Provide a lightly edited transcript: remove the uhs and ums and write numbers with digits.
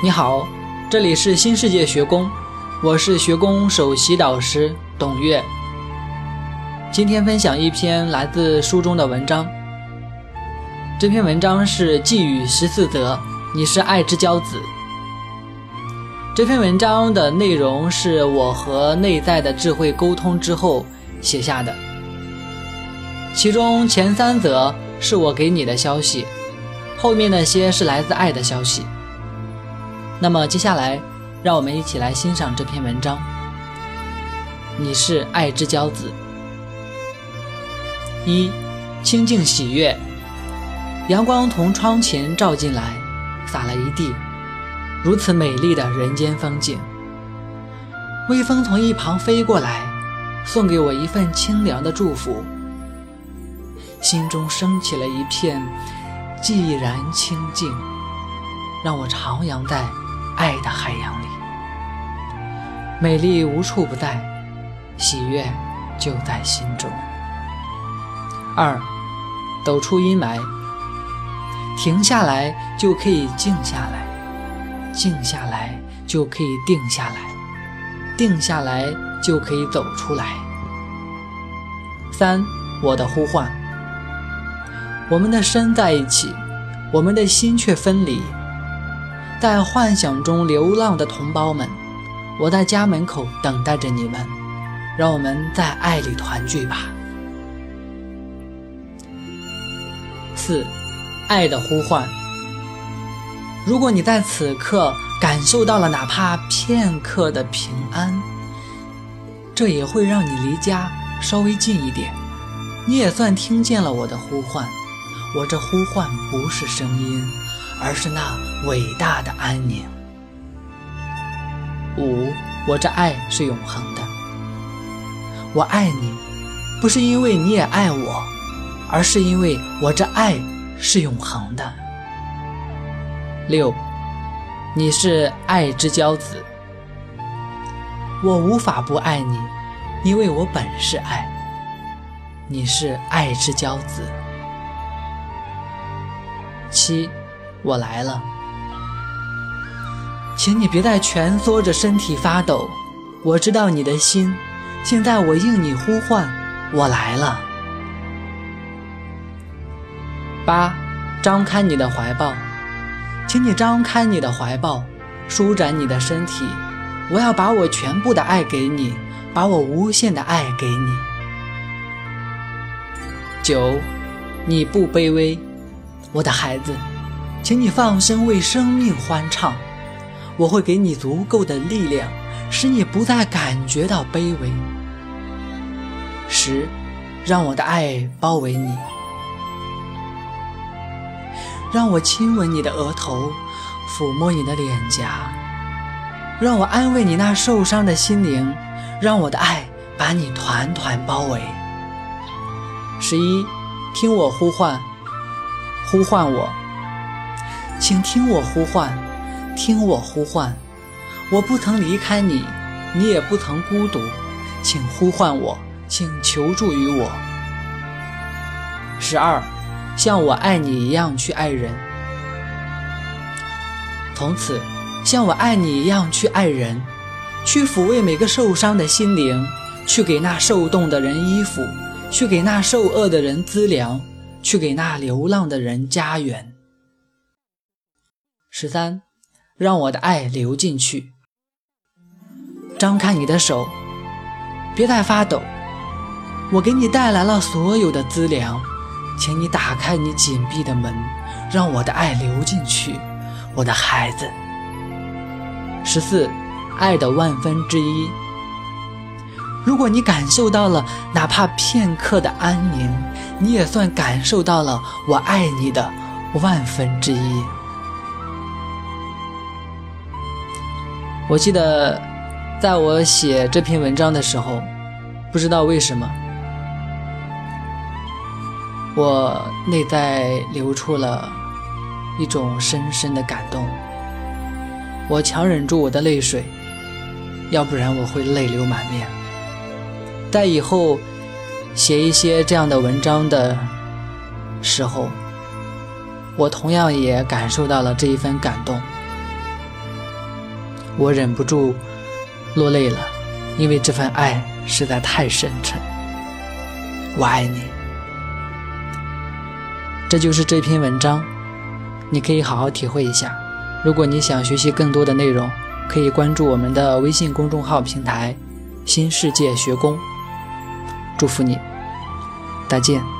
你好，这里是新世界学宫，我是学宫首席导师董月。今天分享一篇来自书中的文章，这篇文章是寄语14则，你是爱之骄子。这篇文章的内容是我和内在的智慧沟通之后写下的，其中前3则是我给你的消息，后面那些是来自爱的消息。那么接下来让我们一起来欣赏这篇文章，你是爱之骄子。1. 清净喜悦，阳光从窗前照进来，洒了一地，如此美丽的人间风景。微风从一旁飞过来，送给我一份清凉的祝福，心中升起了一片寂然清净，让我徜徉在爱的海洋里。美丽无处不在，喜悦就在心中。2. 抖出阴霾，停下来就可以静下来，静下来就可以定下来，定下来就可以走出来。3. 我的呼唤，我们的身在一起，我们的心却分离。在幻想中流浪的同胞们，我在家门口等待着你们，让我们在爱里团聚吧。4. 爱的呼唤，如果你在此刻感受到了哪怕片刻的平安，这也会让你离家稍微近一点，你也算听见了我的呼唤。我这呼唤不是声音，而是那伟大的安宁。5. 我这爱是永恒的，我爱你，不是因为你也爱我，而是因为我这爱是永恒的。6. 你是爱之骄子，我无法不爱你，因为我本是爱。你是爱之骄子。7. 我来了，请你别再蜷缩着身体发抖，我知道你的心，现在我应你呼唤，我来了。8. 张开你的怀抱，请你张开你的怀抱，舒展你的身体，我要把我全部的爱给你，把我无限的爱给你。9. 你不卑微，我的孩子，请你放声为生命欢唱，我会给你足够的力量，使你不再感觉到卑微。10. 让我的爱包围你，让我亲吻你的额头，抚摸你的脸颊，让我安慰你那受伤的心灵，让我的爱把你团团包围。11. 听我呼唤，呼唤我，请听我呼唤，听我呼唤，我不曾离开你，你也不曾孤独，请呼唤我，请求助于我。12. 像我爱你一样去爱人，从此像我爱你一样去爱人，去抚慰每个受伤的心灵，去给那受冻的人衣服，去给那受饿的人资粮，去给那流浪的人家园。13. 让我的爱流进去，张开你的手，别再发抖，我给你带来了所有的资粮，请你打开你紧闭的门，让我的爱流进去，我的孩子。14. 爱的1/1000，如果你感受到了哪怕片刻的安宁，你也算感受到了我爱你的1/1000。我记得在我写这篇文章的时候，不知道为什么，我内在流出了一种深深的感动，我强忍住我的泪水，要不然我会泪流满面。在以后写一些这样的文章的时候，我同样也感受到了这一份感动。 我忍不住落泪了，因为这份爱实在太深沉。我爱你。这就是这篇文章，你可以好好体会一下。如果你想学习更多的内容，可以关注我们的微信公众号平台新世界学宫。祝福你，再见。